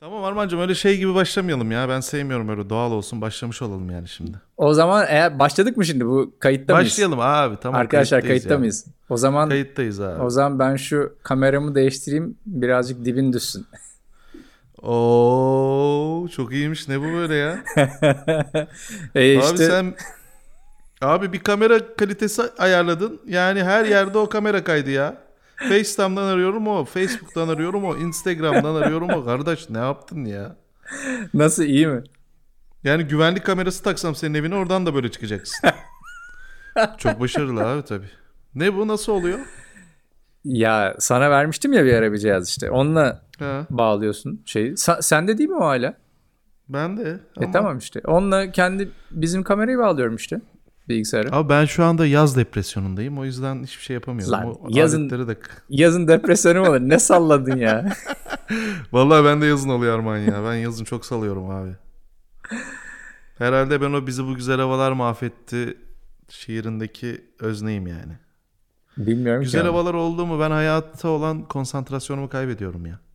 Tamam Armancığım, öyle şey gibi başlamayalım ya. Ben sevmiyorum, öyle doğal olsun, başlamış olalım yani şimdi. O zaman eğer başladık mı şimdi, bu kayıtta mıyız? Başlayalım abi, tamam, Arkadaşlar kayıttayız kayıtta ya. mıyız? O zaman Kayıttayız o abi. zaman ben şu kameramı değiştireyim, birazcık dibin düşsün. Oo, çok iyiymiş, ne bu böyle ya? Abi İşte sen, abi bir kamera kalitesi ayarladın. Yani her yerde o kamera kaydı ya. FaceTime'dan arıyorum o, Facebook'tan arıyorum o, Instagram'dan arıyorum o. Kardeş ne yaptın ya? nasıl, iyi mi? Yani güvenlik kamerası taksam senin evine, oradan da böyle çıkacaksın. Çok başarılı abi, tabii. Ne bu, nasıl oluyor? Ya sana vermiştim ya bir ara bir cihaz işte. Onunla Ha, bağlıyorsun şeyi. Sende değil mi o hala? ben de ama... Tamam işte. Onunla kendi bizim kamerayı bağlıyorum işte bilgisayara. Abi ben şu anda yaz depresyonundayım. O yüzden hiçbir şey yapamıyorum. Lan O yazın aletleri de... yazın depresyonu mu olur? Ne salladın ya? Vallahi ben de yazın oluyor Arman ya. Ben yazın çok salıyorum abi. Herhalde ben o "bizi bu güzel havalar mahvetti" şiirindeki özneyim yani. Bilmiyorum ki Güzel onu. havalar oldu mu ben hayatta olan konsantrasyonumu kaybediyorum ya.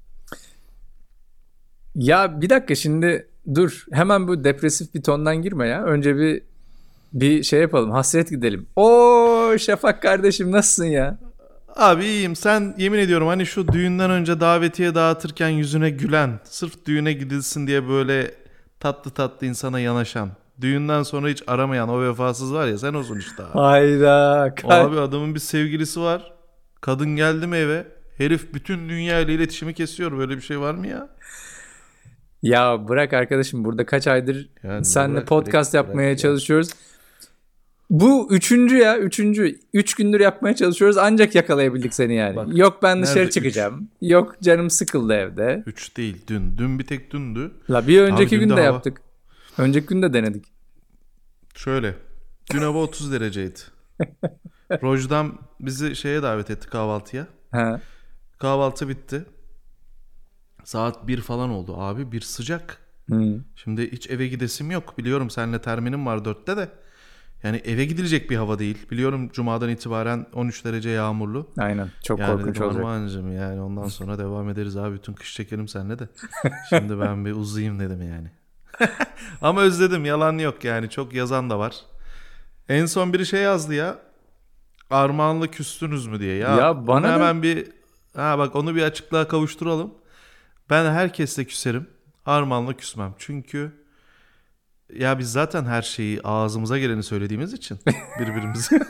Ya bir dakika şimdi dur. Hemen bu depresif bir tondan girme ya. Önce bir şey yapalım. Hasret gidelim. Oo Şafak kardeşim, nasılsın ya? Abi iyiyim. Sen, yemin ediyorum, hani şu düğünden önce davetiye dağıtırken yüzüne gülen, sırf düğüne gidilsin diye böyle tatlı tatlı insana yanaşan, düğünden sonra hiç aramayan o vefasız var ya, sen olsun işte abi. Hayda. Abi adamın bir sevgilisi var. Kadın geldi mi eve, herif bütün dünya ile iletişimi kesiyor. Böyle bir şey var mı ya? Ya bırak arkadaşım, burada kaç aydır Yani ne seninle bırak, bırak podcast yapmaya bırak ya. çalışıyoruz. Bu üçüncü ya. Üçüncü. 3 gündür yapmaya çalışıyoruz. Ancak yakalayabildik seni yani. Bak, Yok ben dışarı nerede 3? çıkacağım. Yok canım sıkıldı evde. 3 değil, dün. Dün bir tek dündü. La bir Abi önceki dün de gün de hava yaptık. Önceki gün de denedik. şöyle. Dün hava 30 dereceydi. Rojdam bizi şeye davet etti, kahvaltıya. Ha. Kahvaltı bitti. Saat bir falan oldu abi, bir sıcak. Hmm. Şimdi hiç eve gidesim yok. Biliyorum seninle terminim var 4'te de. Yani eve gidilecek bir hava değil. Biliyorum cumadan itibaren 13 derece yağmurlu. Aynen. Çok Yani korkunç dedim olacak. Armağan'cığım, yani ondan sonra devam ederiz abi. Bütün kış çekelim seninle de. Şimdi ben bir uzayayım dedim yani. Ama özledim, yalan yok yani. Çok yazan da var. En son biri şey yazdı ya. "Armağan'la küstünüz mü" diye. Ya Ya onu bana da hemen bir... Ha bak, onu bir açıklığa kavuşturalım. Ben herkesle küserim. Armağan'la küsmem. Çünkü ya biz zaten her şeyi, ağzımıza geleni söylediğimiz için birbirimize.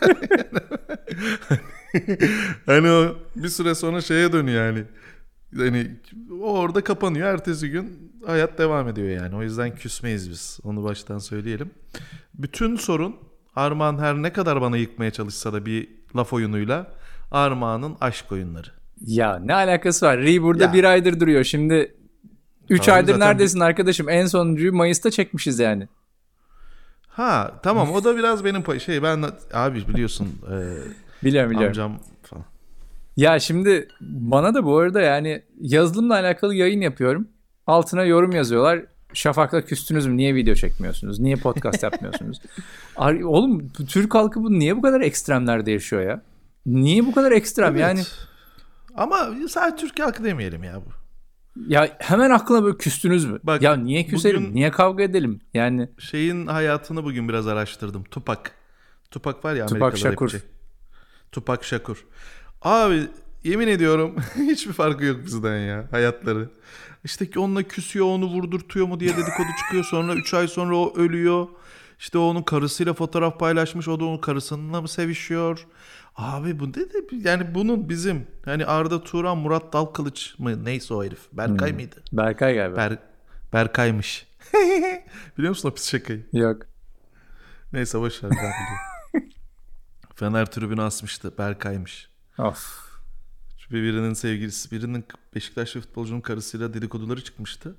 Hani o bir süre sonra şeye dönüyor yani. Hani o orada kapanıyor. Ertesi gün hayat devam ediyor yani. O yüzden küsmeyiz biz. Onu baştan söyleyelim. Bütün sorun, Armağan her ne kadar bana yıkmaya çalışsa da bir laf oyunuyla, Armağan'ın aşk oyunları. ya ne alakası var? Ri burada bir Ya aydır duruyor. Şimdi 3 abi aydır zaten neredesin arkadaşım? En sonuncuyu Mayıs'ta çekmişiz yani. ha tamam, o da biraz benim şey, ben abi biliyorsun, Biliyorum biliyorum. amcam falan. Ya şimdi bana da bu arada yani yazılımla alakalı yayın yapıyorum. Altına yorum yazıyorlar. Şafak'la küstünüz mü? Niye video çekmiyorsunuz? Niye podcast yapmıyorsunuz? Oğlum Türk halkı bu niye bu kadar ekstremlerde yaşıyor ya? Niye bu kadar ekstrem? Yani Evet. Ama sadece Türkiye halkı demeyelim ya bu. ya hemen aklına böyle küstünüz mü? Bak Ya niye küselim? bugün Niye kavga edelim? Yani şeyin hayatını bugün biraz araştırdım. Tupac. Tupac var ya, Tupac Amerikalı Shakur. rapçi. Tupac Shakur. Abi yemin ediyorum hiçbir farkı yok bizden ya, hayatları. İşte ki onunla küsüyor, onu vurdurtuyor mu diye dedikodu çıkıyor. Sonra 3 ay sonra o ölüyor. İşte o onun karısıyla fotoğraf paylaşmış. O da onun karısıyla mı sevişiyor? Abi bu dedi, yani bunun bizim hani Arda Turan, Murat Dalkılıç mı neyse o herif. Berkay mıydı? Berkay galiba. Berkaymış. Biliyor musun o pis şakayı? Yok. Neyse boşver, ben biliyorum. Fener tribünü asmıştı. Berkaymış. Of. Birinin sevgilisi, birinin Beşiktaşlı futbolcunun karısıyla dedikoduları çıkmıştı.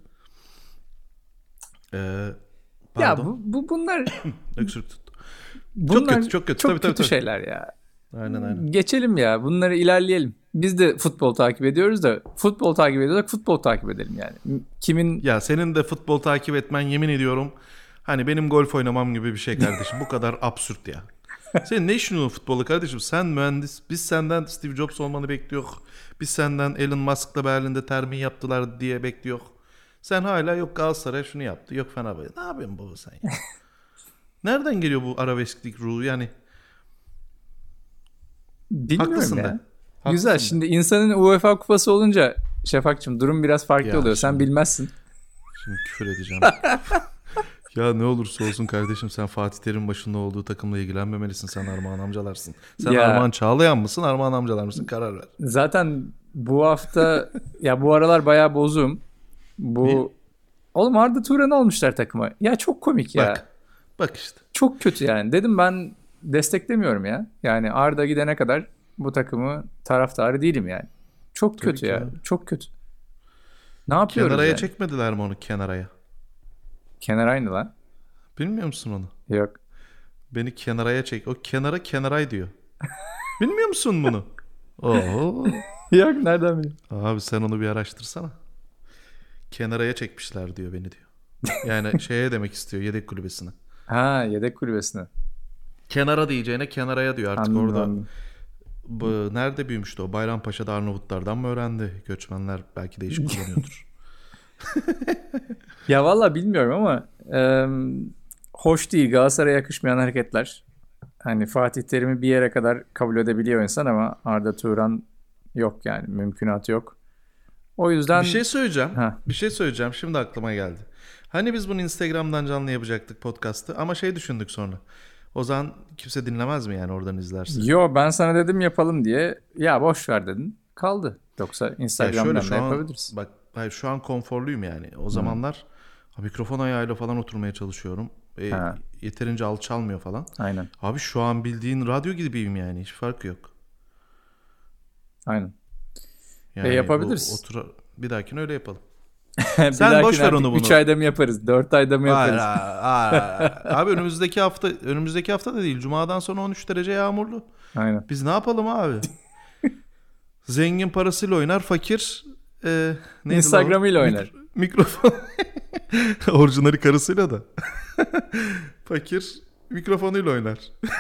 Ee, Ya pardon. bunlar Öksürük tuttu. Çok bunlar kötü, çok kötü. çok Tabii tabii kötü tabii. şeyler ya. Aynen aynen. Geçelim ya. Bunları ilerleyelim. Biz de futbol takip ediyoruz da futbol takip ediyorsak futbol takip edelim yani. Kimin Ya senin de futbol takip etmen, yemin ediyorum, hani benim golf oynamam gibi bir şey kardeşim. Bu kadar absürt ya. Senin ne işin olur futbolla kardeşim? Sen mühendis. Biz senden Steve Jobs olmanı bekliyor. Biz senden Elon Musk'la Berlin'de termin yaptılar diye bekliyor. Sen hala yok Galatasaray şunu yaptı, yok Fenerbahçe. Ne yapıyorsun baba sen ya? Nereden geliyor bu arabesklik ruhu yani? Bilmiyorum Haklısın ya. da. Haklısın Güzel. da. Şimdi insanın UEFA kupası olunca Şafak'cığım durum biraz farklı Ya oluyor. Sen şimdi- bilmezsin. Şimdi küfür edeceğim. Ya ne olursa olsun kardeşim, sen Fatih Terim başında olduğu takımla ilgilenmemelisin. Sen Armağan amcalarsın. Sen Ya. Armağan Çağlayan mısın, Armağan amcalar mısın? Karar ver. Zaten bu hafta ya bu aralar bayağı bozum. Oğlum Arda Turan'ı almışlar takıma. Ya çok komik ya. Bak. Bak işte. Çok kötü yani. Dedim ben desteklemiyorum ya. Yani Arda gidene kadar bu takımı taraftarı değilim yani. Çok kötü ki ya. abi. Çok kötü. Ne yapıyoruz Kenaraya yani? çekmediler mi onu kenaraya? Kenar aynı lan. Bilmiyor musun onu? Yok. Beni kenaraya çek. O kenara kenaray diyor. Bilmiyor musun bunu? Oo. Yok nereden bileyim? Abi sen onu bir araştırsana. Kenaraya çekmişler diyor beni diyor. Yani şeye demek istiyor, yedek kulübesine. Ha yedek kulübesine. Kenara diyeceğine kenaraya diyor artık. Anladım, Orada anladım. nerede büyümüştü o? Bayrampaşa'da Arnavutlardan mı öğrendi? Göçmenler belki değişik kullanıyordur. Ya valla bilmiyorum ama hoş değil. Galatasaray'a yakışmayan hareketler. Hani Fatih Terim'i bir yere kadar kabul edebiliyor insan ama Arda Turan yok yani. Mümkünatı yok. O yüzden Bir şey söyleyeceğim. Ha. Bir şey söyleyeceğim. Şimdi aklıma geldi. Hani biz bunu Instagram'dan canlı yapacaktık podcast'ı ama şey düşündük sonra. O zaman kimse dinlemez mi yani oradan izlerse? Yo ben sana dedim yapalım diye. Ya boş ver dedin. Kaldı. Yoksa Ya Instagram'dan şöyle da şu an yapabiliriz. bak hayır, şu an konforluyum yani. O zamanlar mikrofon ayağıyla falan oturmaya çalışıyorum. Ha. Yeterince alçalmıyor falan. Aynen. Abi şu an bildiğin radyo gibiyim yani. Hiç fark yok. Aynen. Yani yapabiliriz. bir dahakine öyle yapalım. Bir Sen boş ver dahakine onu artık 3 bunu. ayda mı yaparız? 4 ayda mı Hayır, yaparız? hayır. Abi önümüzdeki hafta da değil. Cuma'dan sonra 13 derece yağmurlu. Aynen. Biz ne yapalım abi? Zengin parasıyla oynar, fakir neydi Instagram ile lan o? oynar. Mikrofon. Orijinali karısıyla da. Fakir mikrofonuyla oynar.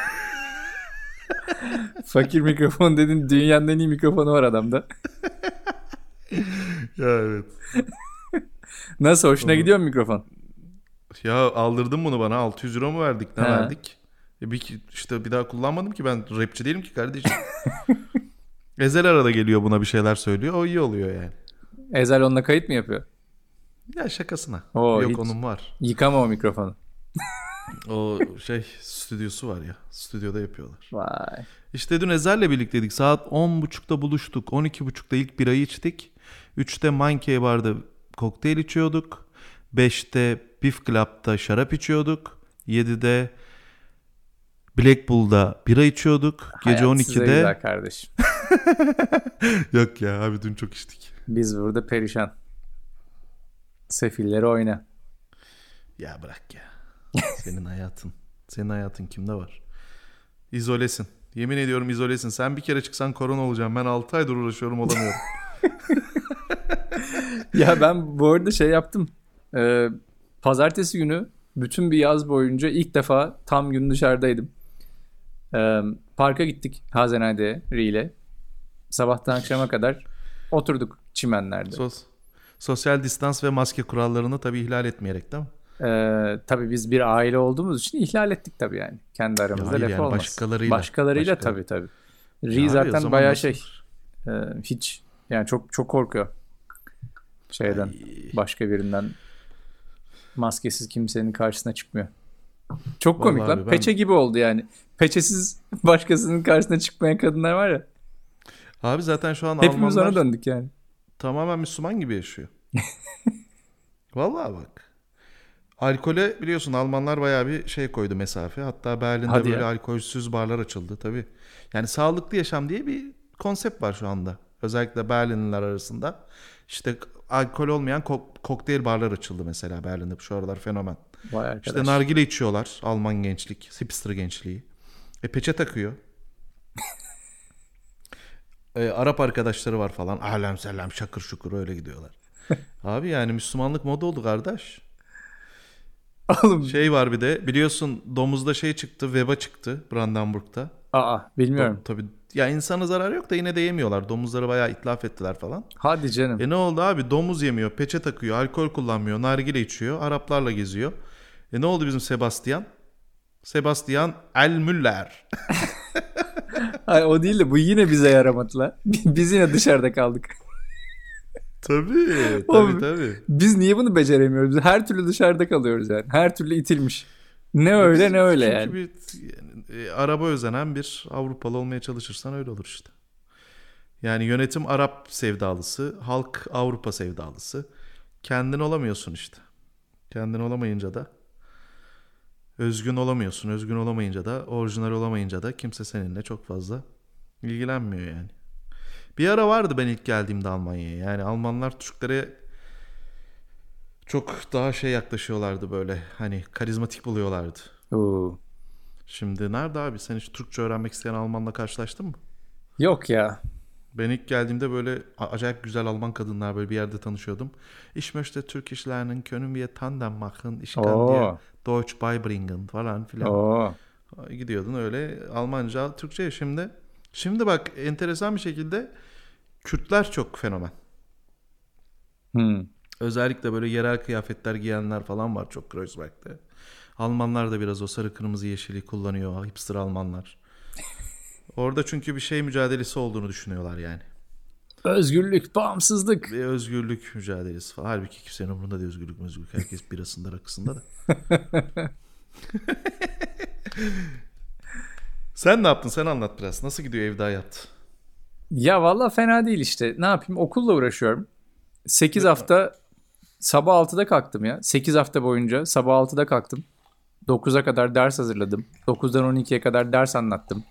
Fakir mikrofon dedin. Dünyanın en iyi mikrofonu var adamda. Ya evet. Nasıl? Hoşuna gidiyor mu mikrofon? Ya aldırdın bunu bana. 600 euro mu verdik? Ne He. verdik? İşte bir daha kullanmadım ki, ben rapçi değilim ki kardeşim. Ezel arada geliyor buna bir şeyler söylüyor. O iyi oluyor yani. Ezel onunla kayıt mı yapıyor? Ya şakasına. Oo, Yok hiç. onun var. Yıkama o mikrofonu. O stüdyosu var ya. Stüdyoda yapıyorlar. Vay. İşte dün Ezel'le birlikteydik. Saat 10.30'da buluştuk. 12.30'da ilk birayı içtik. 3'te Monkey Bar'da kokteyl içiyorduk. 5'te Beef Club'da şarap içiyorduk. 7'de Black Bull'da bira içiyorduk. Gece Hayat size 12'de... güzel kardeşim. Yok ya abi, dün çok içtik. Biz burada perişan. Sefilleri oyna. Ya bırak ya. Senin hayatın. Senin hayatın kimde var? İzolesin. Yemin ediyorum izolesin. Sen bir kere çıksan korona olacağım. Ben 6 aydır uğraşıyorum, olamıyorum. Ya ben bu arada şey yaptım. Pazartesi günü bütün bir yaz boyunca ilk defa tam gün dışarıdaydım. Parka gittik Hazenade'ye ile. Sabahtan akşama kadar oturduk çimenlerde. Sosyal distans ve maske kurallarını tabii ihlal etmeyerek, değil mi? Tabii biz bir aile olduğumuz için ihlal ettik tabii yani. Kendi aramızda hayır laf yani olmaz. başkalarıyla. Başkalarıyla Başka- tabii. Ya Ri abi, o zaten zaman bayağı nasıl? hiç yani çok korkuyor şeyden, Ay. başka birinden maskesiz kimsenin karşısına çıkmıyor. Çok komik Vallahi lan. abi ben- Peçe gibi oldu yani. Peçesiz başkasının karşısına çıkmayan kadınlar var ya. Abi zaten şu an Hepimiz Almanlar ona döndük yani. tamamen Müslüman gibi yaşıyor. Vallahi bak. Alkole biliyorsun Almanlar bayağı bir şey koydu, mesafe. Hatta Berlin'de Hadi böyle ya. alkolsüz barlar açıldı tabii. Yani sağlıklı yaşam diye bir konsept var şu anda. Özellikle Berlinliler arasında. İşte alkol olmayan kokteyl barlar açıldı mesela Berlin'de. Şu aralar fenomen. Vay arkadaş. İşte nargile içiyorlar Alman gençlik, hipster gençliği. Peçe takıyor. Arap arkadaşları var falan. Alem selam şakır şukur öyle gidiyorlar. Abi yani Müslümanlık moda oldu kardeş. Oğlum. Şey var bir de biliyorsun, domuzda şey çıktı, veba çıktı Brandenburg'da. Bilmiyorum. Tabii Ya insana zarar yok da yine de yemiyorlar. Domuzları bayağı itlaf ettiler falan. Hadi canım. Ne oldu abi? Domuz yemiyor, peçe takıyor, alkol kullanmıyor, nargile içiyor, Araplarla geziyor. Ne oldu bizim Sebastian? Sebastian Elmüller. Hayır, o değil de bu yine bize yaramadı lan. Biz yine dışarıda kaldık. Tabii, Oğlum, tabii. biz niye bunu beceremiyoruz? Biz her türlü dışarıda kalıyoruz yani. Her türlü itilmiş. Ne öyle Biz ne öyle çünkü yani. araba özenen bir Avrupalı olmaya çalışırsan öyle olur işte. Yani yönetim Arap sevdalısı, halk Avrupa sevdalısı. Kendin olamıyorsun işte. Kendin olamayınca da özgün olamıyorsun. Özgün olamayınca da, orijinal olamayınca da kimse seninle çok fazla ilgilenmiyor yani. Bir ara vardı ben ilk geldiğimde Almanya'ya. Yani Almanlar Türklere çok daha şey yaklaşıyorlardı böyle. Hani karizmatik buluyorlardı. Oo. Şimdi nerede abi? Sen hiç Türkçe öğrenmek isteyen Almanla karşılaştın mı? Yok ya. Ben ilk geldiğimde böyle acayip güzel Alman kadınlar böyle bir yerde tanışıyordum. Ich möchte Türkisch lernen, können wir tandem machen, ich kann dir Oo. Deutsch beibringen falan filan. Oo. Gidiyordun öyle Almanca, Türkçe şimdi. Şimdi bak enteresan bir şekilde Kürtler çok fenomen. Hmm. Özellikle böyle yerel kıyafetler giyenler falan var çok Kreuzberg'de. Almanlar da biraz o sarı kırmızı yeşili kullanıyor. Hipster Almanlar. Orada çünkü bir şey mücadelesi olduğunu düşünüyorlar yani. Özgürlük, bağımsızlık. Bir özgürlük mücadelesi falan. Halbuki kimsenin umurunda değil özgürlük. Herkes birasında rakısında da. Sen ne yaptın? Sen anlat biraz. Nasıl gidiyor evde hayat? Ya valla fena değil işte. Ne yapayım? Okulla uğraşıyorum. 8 hafta sabah 6'da kalktım ya. 8 hafta boyunca sabah 6'da kalktım. 9'a kadar ders hazırladım. 9'dan 12'ye kadar ders anlattım.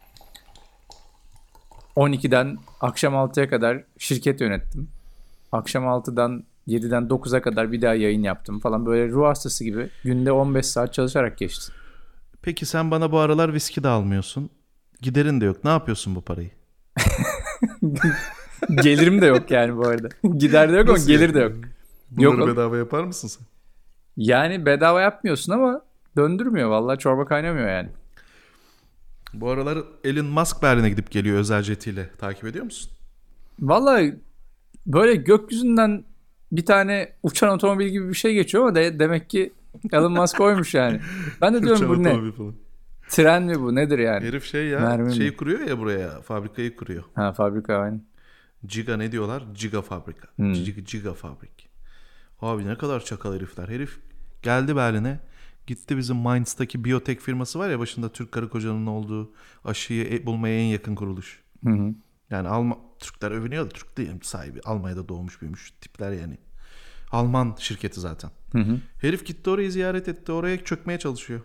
12'den akşam 6'ya kadar şirket yönettim. Akşam 6'dan 7'den 9'a kadar bir daha yayın yaptım falan. Böyle ruh hastası gibi günde 15 saat çalışarak geçti. Peki sen bana bu aralar viski de almıyorsun. Giderin de yok. Ne yapıyorsun bu parayı? Gelirim de yok yani bu arada. Gider de yok ama Nasıl gelir de yani? yok. Bunları Yok. bedava yapar mısın sen? Yani bedava yapmıyorsun ama döndürmüyor vallahi, çorba kaynamıyor yani. Bu aralar Elon Musk Berlin'e gidip geliyor özel jetiyle. Takip ediyor musun? Vallahi böyle gökyüzünden bir tane uçan otomobil gibi bir şey geçiyor ama demek ki Elon Musk oymuş yani. Ben de diyorum Uçan bu ne? otomobil falan. Tren mi bu? Nedir yani? Herif şey ya Mermi şeyi mi? kuruyor ya buraya fabrikayı kuruyor. Ha, fabrika aynı. Giga ne diyorlar? Giga fabrika. Hmm. Giga fabrik. Abi ne kadar çakal herifler. Herif geldi Berlin'e. Gitti bizim Mainz'taki biyotek firması var ya başında Türk karı kocanın olduğu aşıyı bulmaya en yakın kuruluş. Hı hı. Yani Türkler övünüyor da Türk değil sahibi. Almanya'da doğmuş büyümüş tipler yani. Alman şirketi zaten. Hı hı. Herif gitti orayı ziyaret etti. Oraya çökmeye çalışıyor.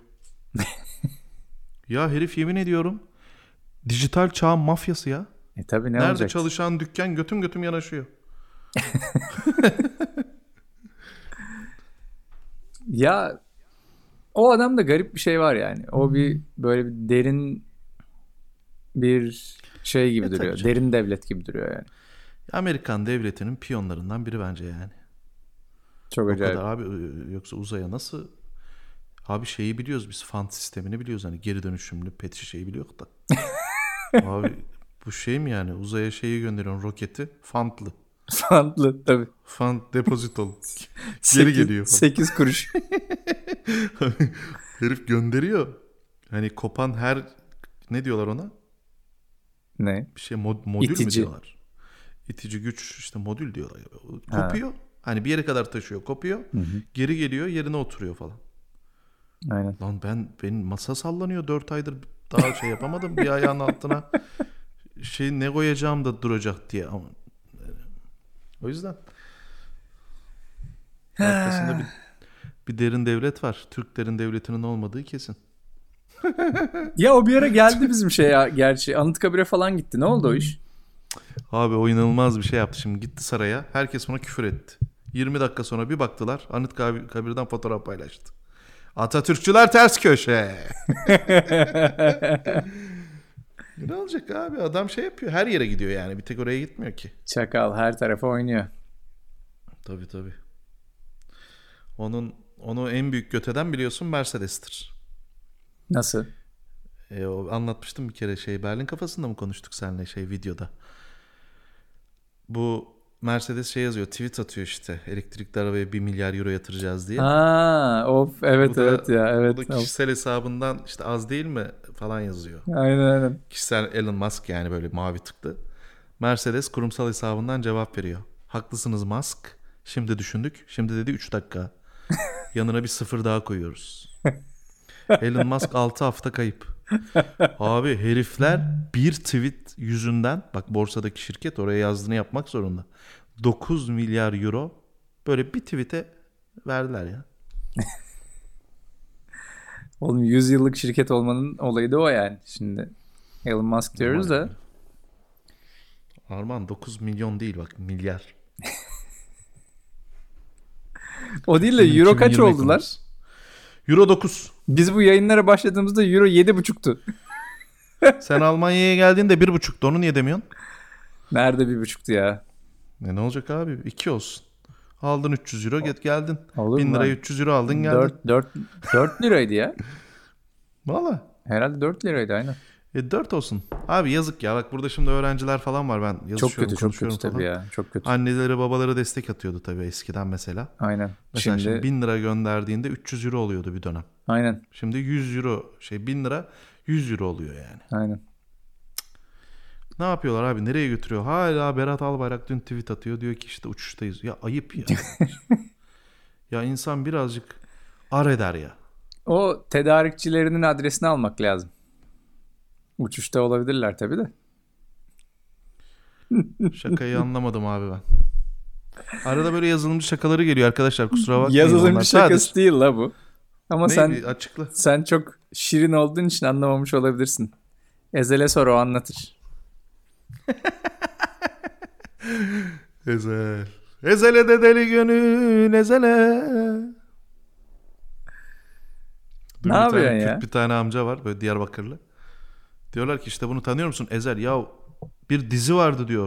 Ya herif yemin ediyorum dijital çağın mafyası ya. Tabii ne Nerede olacak? çalışan dükkan götüm götüm yanaşıyor. Ya o adamda garip bir şey var yani. O bir böyle bir derin bir şey gibi Tabii duruyor. canım. Derin devlet gibi duruyor yani. Amerikan devletinin piyonlarından biri bence yani. Çok O acayip. kadar abi yoksa uzaya nasıl? Abi şeyi biliyoruz biz fant sistemini biliyoruz hani geri dönüşümlü pet şişeyi biliyoruz da. Abi bu şey mi yani uzaya şeyi gönderiyorsun roketi fantlı. Fantlı tabii. Fant depozitolu. Geri geliyor falan. 8 kuruş. Herif gönderiyor. Hani kopan her ne diyorlar ona? Ne? Bir şey modül mü İtici. diyorlar? İtici güç işte modül diyorlar. Ha. Kopuyor. Hani bir yere kadar taşıyor kopuyor. Hı hı. Geri geliyor yerine oturuyor falan. Aynen. Lan benim masa sallanıyor 4 aydır daha şey yapamadım bir ayağın altına şey ne koyacağım da duracak diye ama o yüzden arkasında bir derin devlet var. Türk derin devletinin olmadığı kesin. Ya o bir ara geldi bizim şey ya, gerçi Anıtkabir'e falan gitti. Ne oldu o iş? Abi o inanılmaz bir şey yaptı şimdi gitti saraya herkes ona küfür etti. 20 dakika sonra bir baktılar Anıtkabir'den fotoğraf paylaştı. Atatürkçüler ters köşe. Ne olacak abi adam şey yapıyor her yere gidiyor yani bir tek oraya gitmiyor ki. Çakal her tarafa oynuyor. Tabii. Onu en büyük göt eden biliyorsun Mercedes'tir. Nasıl? Anlatmıştım bir kere Berlin kafasında mı konuştuk seninle videoda. Bu Mercedes yazıyor, tweet atıyor işte, elektrikli arabaya 1 milyar euro yatıracağız diye. Ha, of evet Bu da, evet ya evet. Bu da kişisel hesabından işte az değil mi falan yazıyor. Aynen. Kişisel Elon Musk yani, böyle mavi tıklı. Mercedes kurumsal hesabından cevap veriyor. Haklısınız Musk. Şimdi düşündük. Şimdi dedi 3 dakika. Yanına bir sıfır daha koyuyoruz. Elon Musk 6 hafta kayıp. Abi herifler bir tweet yüzünden, bak borsadaki şirket oraya yazdığını yapmak zorunda. 9 milyar euro böyle bir tweet'e verdiler ya. Oğlum 100 yıllık şirket olmanın olayı da o yani. Şimdi Elon Musk diyoruz da. Arman 9 milyon değil bak, milyar. O değil de euro kaç oldular? Euro 9. Biz bu yayınlara başladığımızda euro 7,5'tu. Sen Almanya'ya geldiğinde 1,5'tu. Onu niye demiyorsun? Nerede 1,5'tu ya? Ne olacak abi? 2 olsun. Aldın 300 euro geldin. Olur 1000 mu liraya lan? 300 euro aldın geldin. 4 liraydı ya. Valla. Herhalde 4 liraydı aynen. 4 olsun. Abi yazık ya. Bak burada şimdi öğrenciler falan var. Ben yazışıyorum, çok kötü falan. tabii ya. Çok kötü. Anneleri babaları destek atıyordu tabii eskiden mesela. Aynen. Mesela şimdi 1000 lira gönderdiğinde 300 euro oluyordu bir dönem. Aynen. Şimdi 100 euro 1000 lira 100 euro oluyor yani. Aynen. Ne yapıyorlar abi? Nereye götürüyor? Hala Berat Albayrak dün tweet atıyor. Diyor ki işte uçuştayız. Ya ayıp ya. Ya insan birazcık ar eder ya. O tedarikçilerinin adresini almak lazım. Uçuşta olabilirler tabii de. Şakayı anlamadım abi ben. Arada böyle yazılımcı şakaları geliyor arkadaşlar, kusura bakmayın. Yazılımcı şakası sadece değil la bu. Ama neydi? Açıkla. sen çok şirin olduğun için anlamamış olabilirsin. Ezel'e sor, o anlatır. Ezel. Ezele de deli gönül ezele. Ne yapıyorsun ya? Bir tane amca var böyle Diyarbakırlı. Diyorlar ki işte bunu tanıyor musun? Ezel. Ya bir dizi vardı diyor.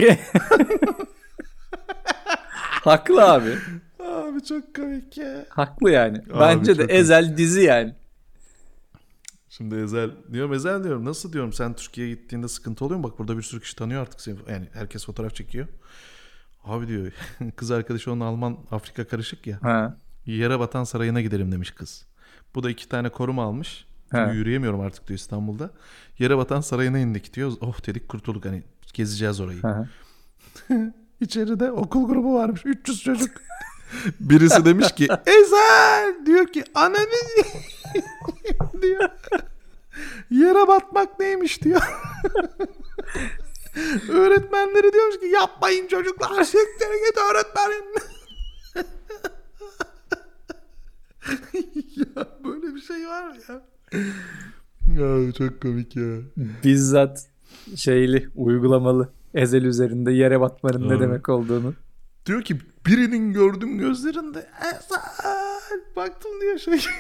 Haklı abi. Abi çok komik ya. Haklı yani. Abi Bence de çok Ezel dizi yani. Şimdi Ezel diyorum. Nasıl diyorum, sen Türkiye'ye gittiğinde sıkıntı oluyor mu? Bak burada bir sürü kişi tanıyor artık seni. Yani herkes fotoğraf çekiyor. Abi diyor kız arkadaşı onun Alman Afrika karışık ya. Ha. Yere batan sarayına gidelim demiş kız. Bu da 2 tane koruma almış. Çünkü yürüyemiyorum artık diyor İstanbul'da. Yere batan sarayına indik diyor. Oh dedik, kurtulduk, hani gezeceğiz orayı. İçeride okul grubu varmış. 300 çocuk. Birisi demiş ki Ezel, diyor ki ananı diyor. Yere batmak neymiş diyor. Öğretmenleri diyormuş ki yapmayın çocuklar, siktir git öğretmenim. Ya böyle bir şey var mı ya? Ya çok komik ya. Bizzat uygulamalı Ezel üzerinde yere batmanın ne demek olduğunu. Diyor ki birinin gördüm gözlerinde Ezel baktım diyor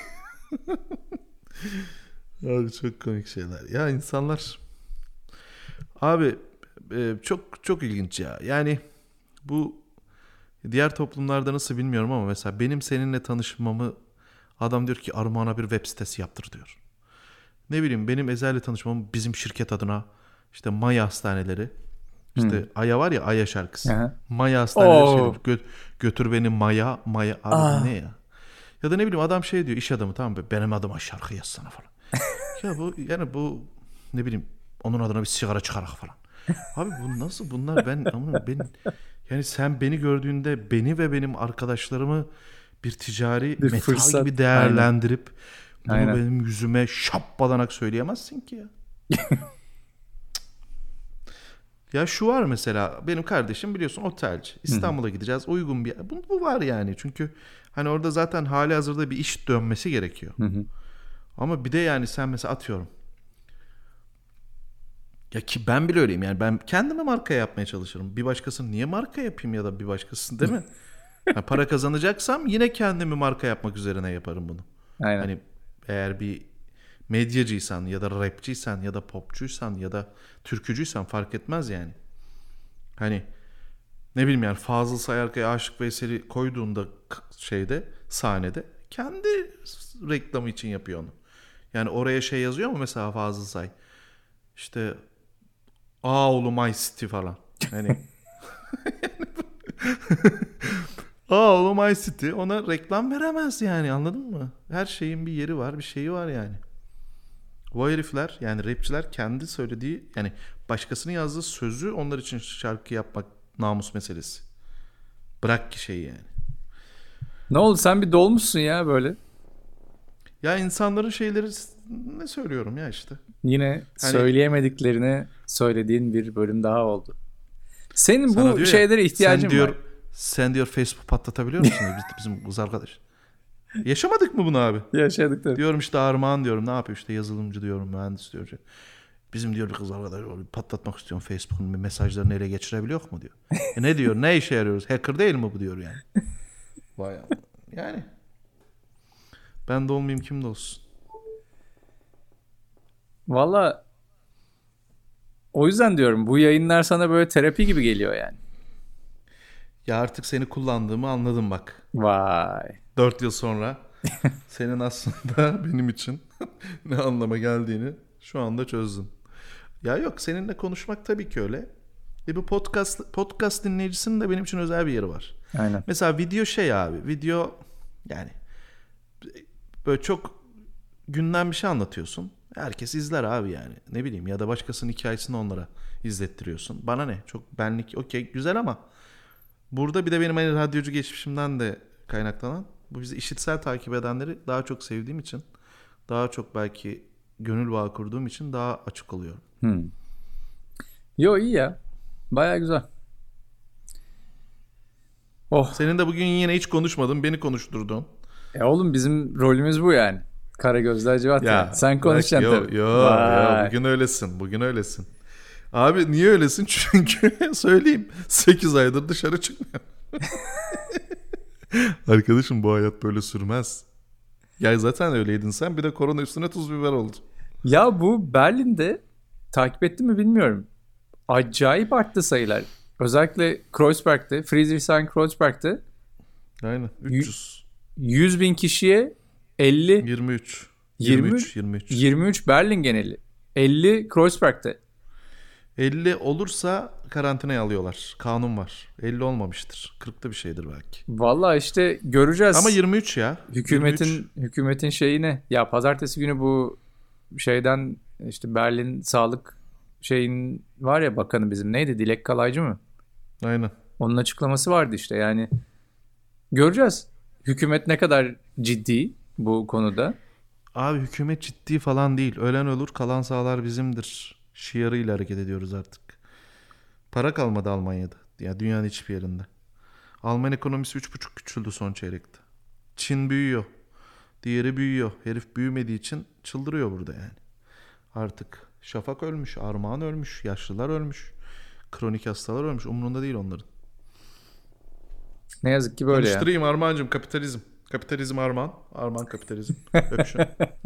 Abi çok komik şeyler. Ya insanlar abi çok çok ilginç ya. Yani bu diğer toplumlarda nasıl bilmiyorum ama mesela benim seninle tanışmamı adam diyor ki Armağan'a bir web sitesi yaptır diyor. Ne bileyim, benim Ezel'le tanışmamı bizim şirket adına işte Maya Hastaneleri, işte Aya var ya, Aya şarkısı. Aha. Maya Hastaneleri götür beni Maya abi bu ne ya? Ya da ne bileyim adam diyor, iş adamı, tamam mı? Benim adıma şarkı yazsana falan. Ya bu ne bileyim onun adına bir sigara çıkarak falan. Abi bu nasıl, bunlar ben yani sen beni gördüğünde beni ve benim arkadaşlarımı bir ticari bir meta fırsat gibi değerlendirip Aynen. bunu benim yüzüme şappalanak söyleyemezsin ki ya. Ya şu var mesela, benim kardeşim biliyorsun otelci. İstanbul'a gideceğiz, uygun bir yer. Bu var yani, çünkü hani orada zaten hali hazırda bir iş dönmesi gerekiyor. Ama bir de yani sen mesela atıyorum. Ya ki ben bile öyleyim yani, ben kendime marka yapmaya çalışırım. Bir başkasını niye marka yapayım, ya da bir başkasını, değil mi? Yani para kazanacaksam yine kendimi marka yapmak üzerine yaparım bunu. Aynen. Hani eğer bir medyacıysan ya da rapçiysen ya da popçuysan ya da türkücüysen fark etmez yani. Hani ne bileyim yani, Fazıl Sayarkaya Aşık Veysel'i koyduğunda sahnede kendi reklamı için yapıyor onu. Yani oraya şey yazıyor mu mesela Fazıl Say? İşte oğlu My City falan. Hani oğlu My City ona reklam veremez yani, anladın mı? Her şeyin bir yeri var, bir şeyi var yani. Bu herifler yani rapçiler kendi söylediği yani başkasının yazdığı sözü onlar için şarkı yapmak namus meselesi. Bırak ki şeyi yani. Ne oldu, sen bir dolmuşsun ya böyle. Ya insanların şeyleri ne söylüyorum ya işte. Yine Hani söyleyemediklerini söylediğin bir bölüm daha oldu. Senin sana bu diyor ya şeylere sen ihtiyacın var. diyor sen diyor Facebook patlatabiliyor musun? Bizim kız arkadaş. Yaşamadık mı bunu abi? Yaşadık tabii. Diyorum işte Armağan diyorum ne yapıyor işte yazılımcı diyorum mühendis diyor. Bizim diyor bir kız arkadaş patlatmak istiyorum Facebook'un mesajlarını ele geçirebiliyor mu diyor. Ne diyor ne işe yarıyoruz hacker değil mi bu diyor yani. Vay yani ben de olmayayım kim de olsun. Valla o yüzden diyorum, bu yayınlar sana böyle terapi gibi geliyor yani. Ya artık seni kullandığımı anladım bak. Vay. 4 yıl sonra senin aslında benim için ne anlama geldiğini şu anda çözdüm. Ya yok seninle konuşmak tabii ki öyle. Bu podcast dinleyicisinin de benim için özel bir yeri var. Aynen. Mesela video şey abi. Video yani böyle çok günden bir şey anlatıyorsun. Herkes izler abi yani. Ne bileyim ya da başkasının hikayesini onlara izlettiriyorsun. Bana ne? Çok benlik okey güzel ama burada bir de benim hani radyocu geçmişimden de kaynaklanan bu bizi işitsel takip edenleri daha çok sevdiğim için daha çok belki gönül bağı kurduğum için daha açık oluyorum. Yo, iyi ya. Baya güzel. Oh. Senin de bugün yine hiç konuşmadın, beni konuşturdun. Oğlum bizim rolümüz bu yani. Karagözlü Hacivat ya. Sen konuşacaksın yo, tabii. yo, Vay. bugün öylesin, bugün öylesin. Abi niye öylesin? Çünkü söyleyeyim 8 aydır dışarı çıkmıyor. Arkadaşım bu hayat böyle sürmez. Ya zaten öyleydin sen bir de korona üstüne tuz biber oldu. Ya bu Berlin'de takip ettin mi bilmiyorum. Acayip arttı sayılar. Özellikle Kreuzberg'de, Friedrichshain-Kreuzberg'de Aynen 300. 100 bin kişiye 50, 23. 23, 23. 23 Berlin geneli. 50 Kreuzberg'de. 50 olursa karantinaya alıyorlar. Kanun var. 50 olmamıştır. 40'ta bir şeydir belki. Vallahi işte göreceğiz. Ama 23 ya. 23. Hükümetin şeyi ne? Ya pazartesi günü bu şeyden işte Berlin Sağlık şeyin var ya, bakanı bizim neydi? Dilek Kalaycı mı? Aynen. Onun açıklaması vardı işte, yani göreceğiz. Hükümet ne kadar ciddi bu konuda. Abi hükümet ciddi falan değil. Ölen ölür, kalan sağlar bizimdir. Şiarıyla hareket ediyoruz artık. Para kalmadı Almanya'da. Ya dünyanın hiçbir yerinde. Alman ekonomisi 3,5 küçüldü son çeyrekte. Çin büyüyor. Diğeri büyüyor. Herif büyümediği için çıldırıyor burada yani. Artık Şafak ölmüş, Armağan ölmüş, yaşlılar ölmüş. Kronik hastalar ölmüş. Umurunda değil onların. Ne yazık ki böyle ya. Tanıştırayım Armağancığım, kapitalizm. Kapitalizm Armağan. Armağan kapitalizm. Öpüşün.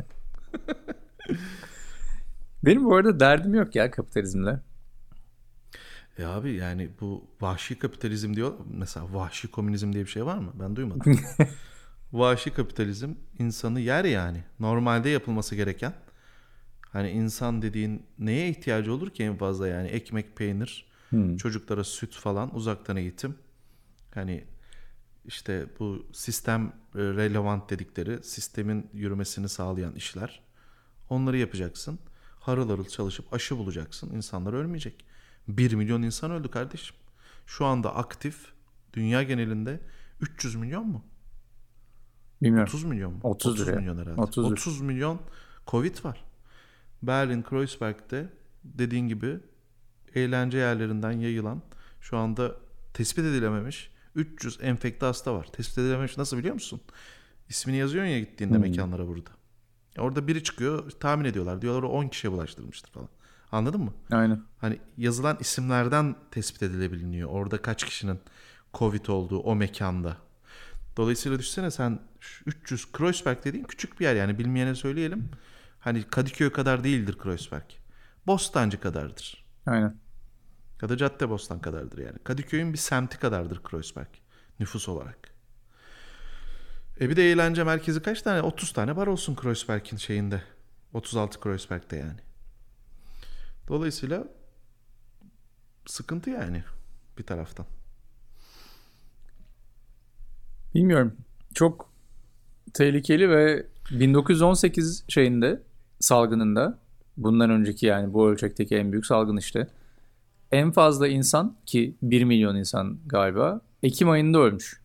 Benim bu arada derdim yok ya kapitalizmle. Abi yani bu vahşi kapitalizm diyor. Mesela vahşi komünizm diye bir şey var mı? Ben duymadım. Vahşi kapitalizm insanı yer yani. Normalde yapılması gereken. Hani insan dediğin neye ihtiyacı olur ki en fazla yani? Ekmek, peynir, çocuklara süt falan, uzaktan eğitim. Hani işte bu sistem relevant dedikleri sistemin yürümesini sağlayan işler. Onları yapacaksın. Harıl harıl çalışıp aşı bulacaksın. İnsanlar ölmeyecek. 1 milyon insan öldü kardeşim. Şu anda aktif dünya genelinde 300 milyon mu? Bilmiyorum. 30 milyon mu? 30 liraya. milyon herhalde. 30'dur. 30 milyon Covid var. Berlin, Kreuzberg'de dediğin gibi eğlence yerlerinden yayılan şu anda tespit edilememiş 300 enfekte hasta var. Tespit edilememiş nasıl biliyor musun? İsmini yazıyorsun ya gittiğinde mekanlara burada. Orada biri çıkıyor tahmin ediyorlar. Diyorlar o 10 kişiye bulaştırmıştır falan. Anladın mı? Aynen. Hani yazılan isimlerden tespit edilebiliyor. Orada kaç kişinin Covid olduğu o mekanda. Dolayısıyla düşünsene sen 300 Kreuzberg dediğin küçük bir yer yani bilmeyene söyleyelim. Hani Kadıköy kadar değildir Kreuzberg. Bostancı kadardır. Aynen. Ya da Caddebostan kadardır yani. Kadıköy'ün bir semti kadardır Kreuzberg nüfus olarak. Bir de eğlence merkezi kaç tane? 30 tane bar olsun Kreuzberg'in şeyinde. 36 Kreuzberg'de yani. Dolayısıyla sıkıntı yani bir taraftan. Bilmiyorum. Çok tehlikeli ve 1918 salgınında, bundan önceki yani bu ölçekteki en büyük salgın işte. En fazla insan, ki 1 milyon insan galiba, Ekim ayında ölmüş.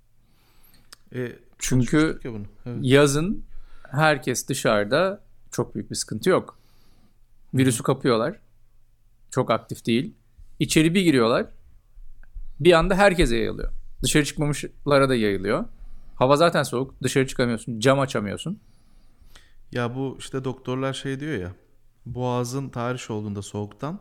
Çünkü Ya bunu. Evet. yazın herkes dışarıda, çok büyük bir sıkıntı yok. Virüsü kapıyorlar. Çok aktif değil. İçeri bir giriyorlar. Bir anda herkese yayılıyor. Dışarı çıkmamışlara da yayılıyor. Hava zaten soğuk. Dışarı çıkamıyorsun. Cam açamıyorsun. Ya bu işte doktorlar şey diyor ya. Boğazın tahriş olduğunda soğuktan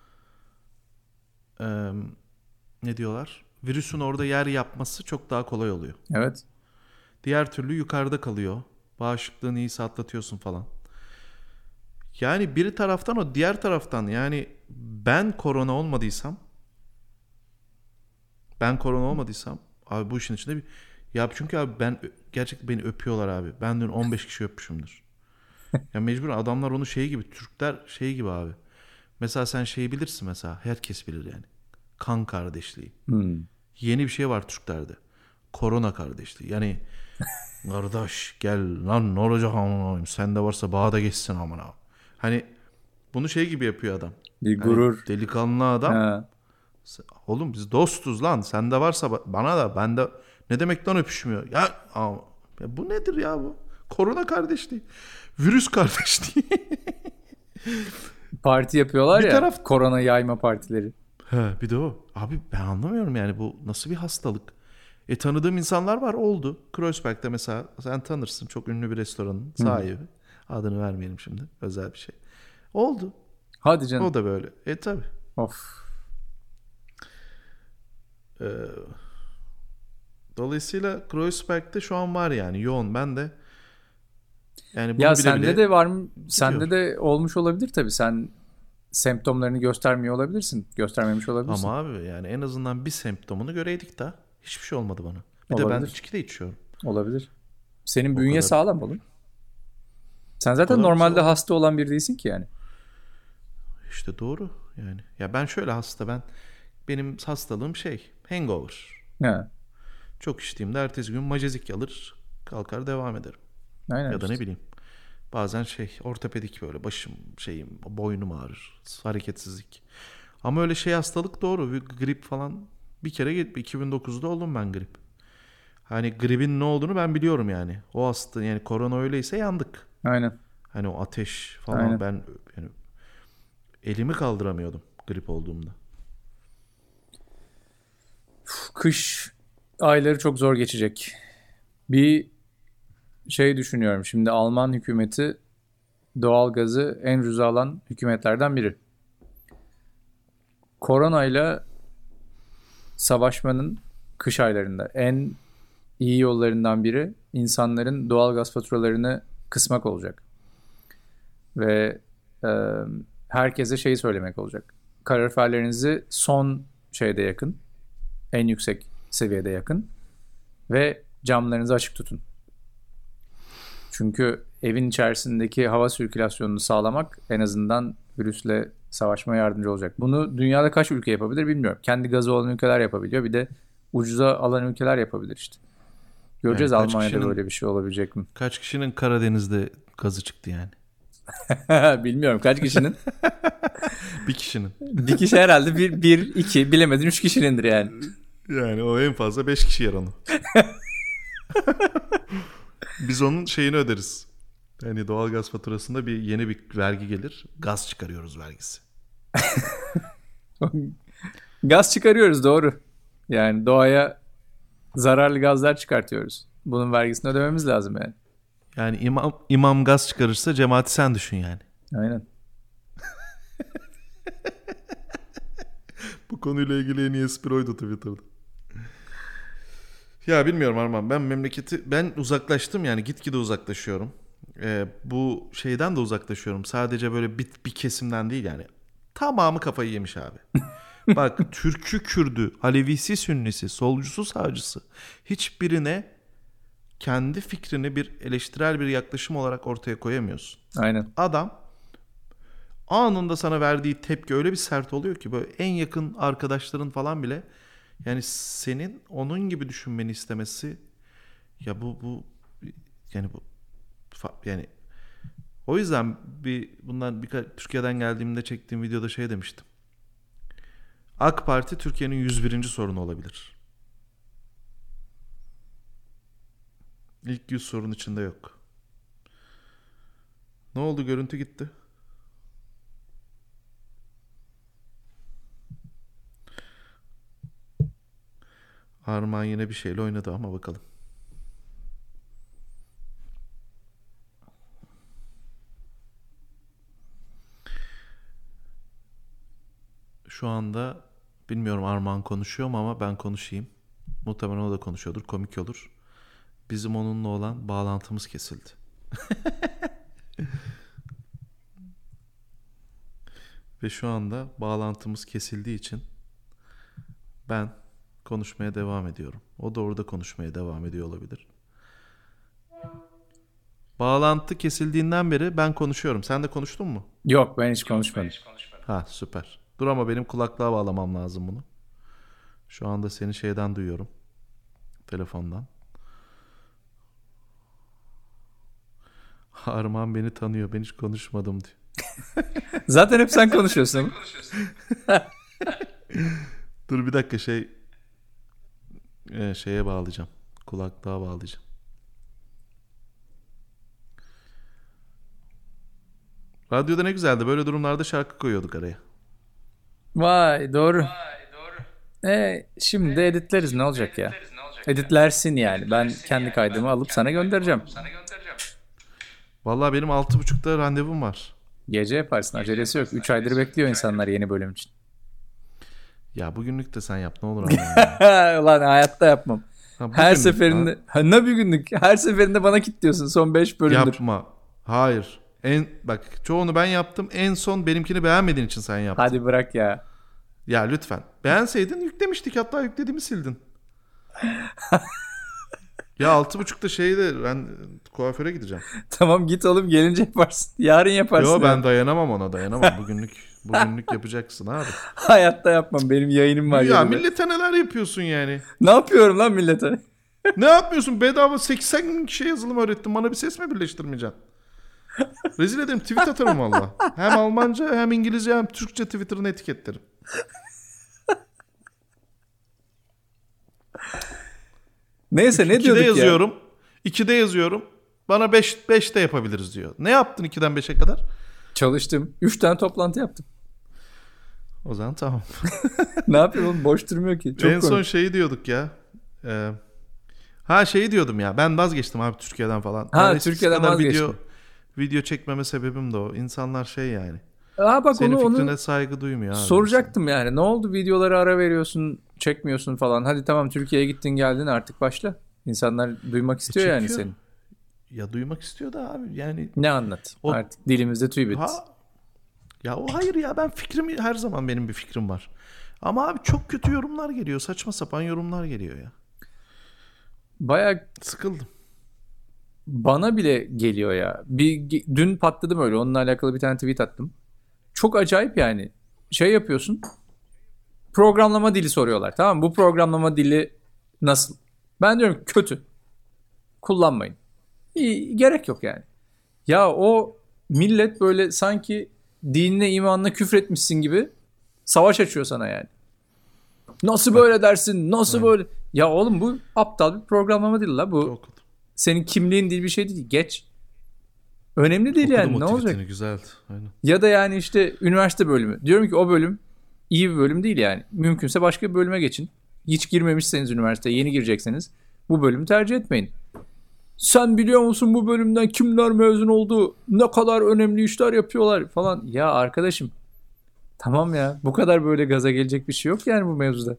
ne diyorlar? Virüsün orada yer yapması çok daha kolay oluyor. Evet. Diğer türlü yukarıda kalıyor. Bağışıklığını iyisi atlatıyorsun falan. Yani bir taraftan o, diğer taraftan yani ben korona olmadıysam abi bu işin içinde bir ya çünkü abi gerçekten beni öpüyorlar abi. Ben dün 15 kişi öpmüşümdür. Ya mecbur adamlar onu şey gibi, Türkler şey gibi abi. Mesela sen şeyi bilirsin, mesela herkes bilir yani. Kan kardeşliği. Yeni bir şey var Türklerde. Korona kardeşliği. Yani kardeş gel lan ne olacak amına, sende varsa bağda geçsin amına. Hani bunu şey gibi yapıyor adam. Bir Hani gurur. delikanlı adam. Ha. Oğlum biz dostuz lan. Sende varsa bana da, bende ne demek lan öpüşmüyor. Ya bu nedir ya bu? Korona kardeşliği. Virüs kardeşliği. Parti yapıyorlar Bir ya. taraf- Korona yayma partileri. He, bir de o. Abi ben anlamıyorum yani bu nasıl bir hastalık. Tanıdığım insanlar var, oldu. Kreuzberg'de mesela sen tanırsın, çok ünlü bir restoranın sahibi. Adını vermeyelim şimdi, özel bir şey. Oldu. Hadi canım. O da böyle. Tabi. Of. Dolayısıyla Kreuzberg'de şu an var yani yoğun. Ben de yani bunu Ya bile sende bile de var mı? gidiyor. Sende de olmuş olabilir tabii. Sen semptomlarını göstermiyor olabilirsin. Göstermemiş olabilirsin. Ama abi yani en azından bir semptomunu göreydik de hiçbir şey olmadı bana. Bir de ben Olabilir. içki de içiyorum. Olabilir. Senin O bünye kadar. sağlam oğlum. Sen O zaten kadar normalde sağlam. hasta olan biri değilsin ki yani. İşte doğru yani. Ya ben şöyle benim hastalığım şey hangover. Ha. Çok içtiğimde ertesi gün majezik alır kalkar devam ederim. Aynen Ya da işte. ne bileyim bazen ortopedik böyle başım boynum ağrır, hareketsizlik. Ama öyle hastalık doğru, bir grip falan bir kere 2009'da oldum ben grip. Hani gripin ne olduğunu ben biliyorum yani. O hasta yani korona öyleyse yandık. Aynen. Hani o ateş falan Aynen. ben yani elimi kaldıramıyordum grip olduğumda. Kış ayları çok zor geçecek. Bir düşünüyorum. Şimdi Alman hükümeti doğalgazı en ucuza alan hükümetlerden biri. Koronayla savaşmanın kış aylarında en iyi yollarından biri insanların doğalgaz faturalarını kısmak olacak. Ve herkese söylemek olacak. Kaloriferlerinizi son yakın, en yüksek seviyede yakın ve camlarınızı açık tutun. Çünkü evin içerisindeki hava sirkülasyonunu sağlamak en azından virüsle savaşmaya yardımcı olacak. Bunu dünyada kaç ülke yapabilir bilmiyorum. Kendi gazı olan ülkeler yapabiliyor. Bir de ucuza alan ülkeler yapabilir işte. Göreceğiz Yani Almanya'da böyle bir şey olabilecek mi? Kaç kişinin Karadeniz'de gazı çıktı yani? Bilmiyorum kaç kişinin. Bir kişinin. Bir kişi herhalde bir, iki bilemedin 3 kişinindir yani. Yani o en fazla 5 kişi yer onu. Biz onun şeyini öderiz. Yani doğalgaz faturasında yeni bir vergi gelir. Gaz çıkarıyoruz vergisi. Gaz çıkarıyoruz doğru. Yani doğaya zararlı gazlar çıkartıyoruz. Bunun vergisini ödememiz lazım yani. Yani imam gaz çıkarırsa cemaati sen düşün yani. Aynen. Bu konuyla ilgili en iyi espri oydu Twitter'da. Ya bilmiyorum Arman, ben uzaklaştım yani, gitgide uzaklaşıyorum. Bu şeyden de uzaklaşıyorum. Sadece böyle bir kesimden değil yani. Tamamı kafayı yemiş abi. Bak Türk'ü Kürd'ü, Alevisi Sünnisi, solcusu sağcısı hiçbirine kendi fikrini bir eleştirel bir yaklaşım olarak ortaya koyamıyorsun. Aynen. Adam anında sana verdiği tepki öyle bir sert oluyor ki böyle en yakın arkadaşların falan bile yani senin onun gibi düşünmeni istemesi ya bu yani bu yani o yüzden bundan birkaç Türkiye'den geldiğimde çektiğim videoda şey demiştim. AK Parti Türkiye'nin 101. sorunu olabilir. İlk 100 sorun içinde yok. Ne oldu? Görüntü gitti. Armağan yine bir şeyle oynadı ama bakalım. Şu anda bilmiyorum Armağan konuşuyor mu ama ben konuşayım. Muhtemelen o da konuşuyordur. Komik olur. Bizim onunla olan bağlantımız kesildi. Ve şu anda bağlantımız kesildiği için ben konuşmaya devam ediyorum. O da orada konuşmaya devam ediyor olabilir. Bağlantı kesildiğinden beri ben konuşuyorum. Sen de konuştun mu? Yok, ben hiç konuşmadım. Ha, süper. Dur ama benim kulaklığa bağlamam lazım bunu. Şu anda seni şeyden duyuyorum. Telefondan. Armağan beni tanıyor. Ben hiç konuşmadım diyor. Zaten hep sen konuşuyorsun. Dur bir dakika şeye bağlayacağım. Kulaklığa bağlayacağım. Radyoda ne güzeldi. Böyle durumlarda şarkı koyuyorduk araya. Vay, doğru. Şimdi de editleriz, ne olacak ya? Editlersin yani. Ben kendi kaydımı alıp sana göndereceğim. Vallahi benim 6.30'da randevum var. Gece yaparsın, acelesi yok. 3 aydır bekliyor insanlar yeni bölüm için. Ya bugünlük de sen yap ne olur ama. Yani. Ulan hayatta yapmam. Her Bugünlük, seferinde ne bir günlük, her seferinde bana kilitliyorsun son 5 bölümdür. Yapma. Hayır. Bak çoğunu ben yaptım. En son benimkini beğenmediğin için sen yaptın. Hadi bırak ya. Ya lütfen. Beğenseydin yüklemiştik. Hatta yüklediğimi sildin. Ya 6.30'da ben kuaföre gideceğim. Tamam, git oğlum, gelince yaparsın. Yarın yaparsın. Yo ben dayanamam ona, dayanamam. Bugünlük yapacaksın abi. Hayatta yapmam. Benim yayınım var. Ya yanında. millete neler yapıyorsun yani? Ne yapıyorum lan millete? Ne yapmıyorsun? Bedava 80 bin kişiye yazılım öğrettim. Bana bir ses mi birleştirmeyeceksin? Rezil ederim. Tweet atarım valla. Hem Almanca hem İngilizce hem Türkçe Twitter'ını etiketlerim. Neyse, ne 2'de diyorduk yazıyorum. 2'de yazıyorum. Bana 5'te yapabiliriz diyor. Ne yaptın 2'den 5'e kadar? Çalıştım. 3 tane toplantı yaptım. O zaman tamam. Ne yapayım oğlum? Boş durmuyor ki. Çok en son komik. şeyi diyorduk ya. Şeyi diyordum ya. Ben vazgeçtim abi Türkiye'den falan. Ha, eskisi Türkiye'den kadar vazgeçtim. Video çekmeme sebebim de o. İnsanlar yani. Bak Senin onu fikrine saygı duymuyor abi. soracaktım yani. Ne oldu, videoları ara veriyorsun, çekmiyorsun falan. Hadi tamam, Türkiye'ye gittin geldin, artık başla. İnsanlar duymak istiyor yani çekiyor. seni. Ya duymak istiyor da abi yani. Ne anlat? Artık dilimizde tüy bitti. Ya o hayır ya, ben her zaman benim bir fikrim var. Ama abi çok kötü yorumlar geliyor. Saçma sapan yorumlar geliyor ya. Bayağı Sıkıldım. bana bile geliyor ya. Dün patladım öyle. Onunla alakalı bir tane tweet attım. Çok acayip yani. Şey yapıyorsun. Programlama dili soruyorlar. Tamam mı? Bu programlama dili nasıl? Ben diyorum kötü. Kullanmayın. Gerek yok yani. Ya o millet böyle sanki dinine imanına küfretmişsin gibi savaş açıyor sana yani. Nasıl böyle dersin? Nasıl böyle? Ya oğlum, bu aptal bir programlama dili la bu. Çok kötü. Senin kimliğin değil, bir şey değil. Geç. Önemli değil yani. Ne olacak? Güzeldi. Aynen. Ya da yani işte üniversite bölümü. Diyorum ki o bölüm iyi bir bölüm değil yani. Mümkünse başka bir bölüme geçin. Hiç girmemişseniz üniversiteye, yeni girecekseniz bu bölümü tercih etmeyin. Sen biliyor musun bu bölümden kimler mezun oldu? Ne kadar önemli işler yapıyorlar falan. Ya arkadaşım, tamam ya, bu kadar böyle gaza gelecek bir şey yok yani bu mevzuda.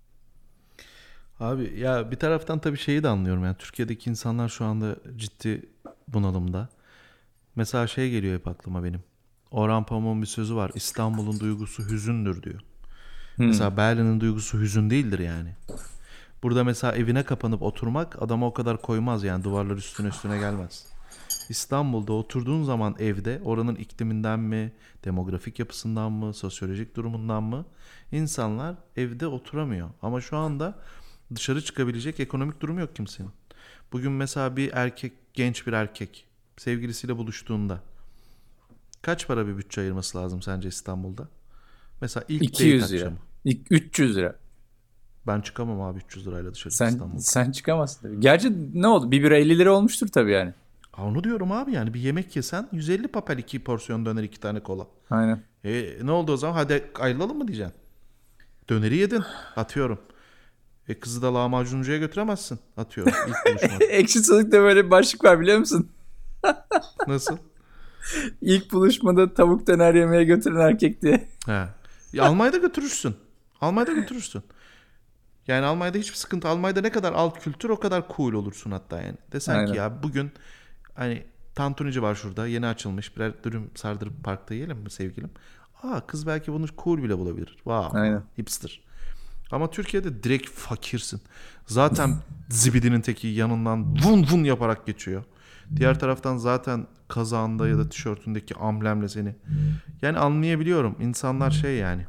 Abi ya bir taraftan tabii şeyi de anlıyorum. Yani Türkiye'deki insanlar şu anda ciddi bunalımda. Mesela geliyor hep aklıma benim. Orhan Pamuk'un bir sözü var. İstanbul'un duygusu hüzündür diyor. Mesela Berlin'in duygusu hüzün değildir yani. Burada mesela evine kapanıp oturmak adama o kadar koymaz yani, duvarlar üstüne gelmez. İstanbul'da oturduğun zaman evde, oranın ikliminden mi, demografik yapısından mı, sosyolojik durumundan mı, insanlar evde oturamıyor. Ama şu anda dışarı çıkabilecek ekonomik durumu yok kimsenin. Bugün mesela bir erkek, genç bir erkek sevgilisiyle buluştuğunda kaç para bir bütçe ayırması lazım sence İstanbul'da? Mesela ilk 200 date lira. akşamı. İlk 300 lira. Ben çıkamam abi 300 lirayla dışarı Sen İstanbul'da. sen çıkamazsın tabii. Gerçi ne oldu? Bir bira 50 lira olmuştur tabii yani. Onu diyorum abi, yani bir yemek yesen 150 papel, 2 porsiyon döner, 2 tane kola. Aynen. Ne oldu o zaman, hadi ayrılalım mı diyeceksin? Döneri yedin, atıyorum. Kızı da lahmacuncuya götüremezsin, atıyorum ilk buluşma. Ekşi Sözlük'te böyle bir başlık var biliyor musun? Nasıl? İlk buluşmada tavuk döner yemeye götüren erkek diye. He. Almanya'da götürürsün. Almanya'da götürürsün. Yani Almanya'da hiçbir sıkıntı. Almanya'da ne kadar alt kültür o kadar cool olursun hatta yani. Desen Aynen. ki ya bugün hani tantunici var şurada, yeni açılmış, birer dürüm sardırıp parkta yiyelim mi sevgilim? Kız belki bunu cool bile bulabilir. Wow. Aynen. Hipster. Ama Türkiye'de direkt fakirsin. Zaten zibidinin teki yanından vun vun yaparak geçiyor. Diğer taraftan zaten kazağında ya da tişörtündeki amblemle seni. Yani anlayabiliyorum. İnsanlar şey yani.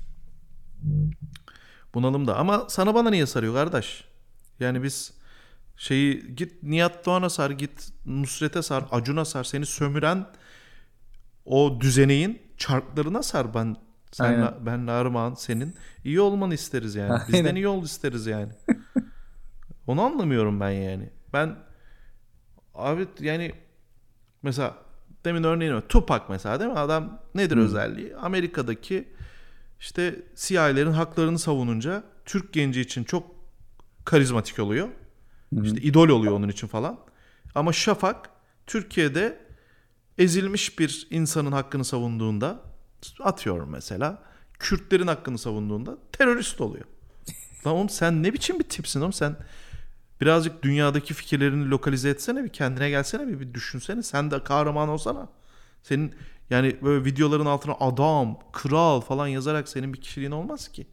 Bunalımda. Ama sana bana niye sarıyor kardeş? Yani biz git Nihat Doğan'a sar, git Nusret'e sar, Acun'a sar. Seni sömüren o düzeneğin çarklarına sar. Benle Armağan senin iyi olmanı isteriz yani. Aynen. Bizden iyi ol isteriz yani. Onu anlamıyorum ben yani. Ben abi yani mesela demin örneğin Tupac mesela, değil mi? Adam nedir özelliği? Amerika'daki işte siyahilerin haklarını savununca Türk genci için çok karizmatik oluyor. İşte idol oluyor onun için falan. Ama Şafak Türkiye'de ezilmiş bir insanın hakkını savunduğunda, atıyorum mesela Kürtlerin hakkını savunduğunda terörist oluyor. Tamam, sen ne biçim bir tipsin oğlum, sen birazcık dünyadaki fikirlerini lokalize etsene, bir kendine gelsene, bir düşünsene, sen de kahraman olsana. Senin yani böyle videoların altına adam, kral falan yazarak senin bir kişiliğin olmaz ki.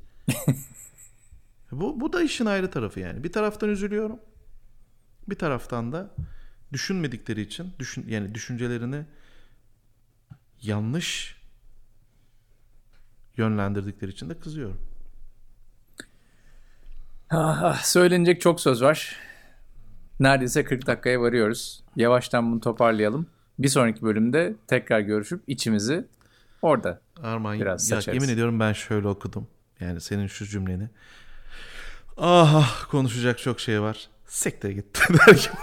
Bu da işin ayrı tarafı yani. Bir taraftan üzülüyorum. Bir taraftan da düşünmedikleri için, yani düşüncelerini yanlış yönlendirdikleri için de kızıyorum. Söylenecek çok söz var. Neredeyse 40 dakikaya varıyoruz. Yavaştan bunu toparlayalım. Bir sonraki bölümde tekrar görüşüp içimizi orada Arman, biraz ya saçarız. yemin ediyorum ben şöyle okudum. Yani senin şu cümleni. Konuşacak çok şey var. Sekte gitti der gibi.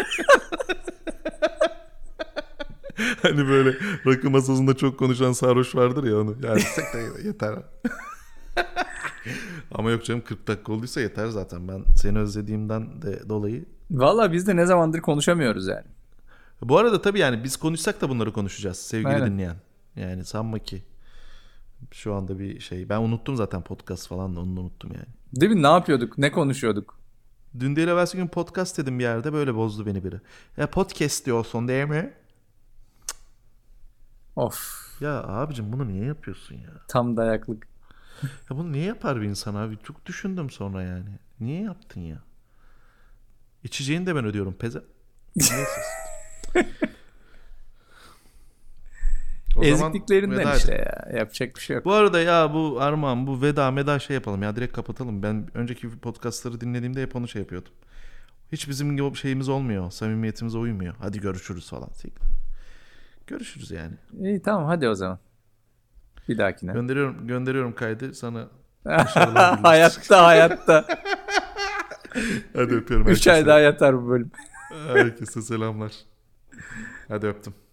Hani böyle rakı masasında çok konuşan sarhoş vardır ya onu. Yani sekte yeter. Ama yok canım, 40 dakika olduysa yeter zaten. Ben seni özlediğimden de dolayı. Valla biz de ne zamandır konuşamıyoruz yani. Bu arada tabii yani biz konuşsak da bunları konuşacağız sevgili Aynen. dinleyen. Yani sanma ki şu anda bir şey. Ben unuttum zaten podcast falan da, onu unuttum yani. Değil mi? Ne yapıyorduk? Ne konuşuyorduk? Dün değil evvelsi gün podcast dedim bir yerde, böyle bozdu beni biri. Ya podcast diyorsun değil mi? Of. Ya abicim bunu niye yapıyorsun ya? Tam dayaklık. Ya bunu niye yapar bir insan abi? Çok düşündüm sonra yani. Niye yaptın ya? İçeceğini de ben ödüyorum peze. Neyse. O zaman Ezikliklerinden veda işte edelim. ya. Yapacak bir şey yok. Bu arada ya bu Armağan, bu veda şey yapalım ya, direkt kapatalım. Ben önceki podcastları dinlediğimde hep onu şey yapıyordum. Hiç bizim gibi şeyimiz olmuyor. Samimiyetimize uymuyor. Hadi görüşürüz falan. Görüşürüz yani. İyi tamam hadi o zaman. Bir dahakine. Gönderiyorum kaydı sana. Hayatta. Hadi öpüyorum. 3 ay daha yatar bu bölüm. Herkese selamlar. Hadi öptüm.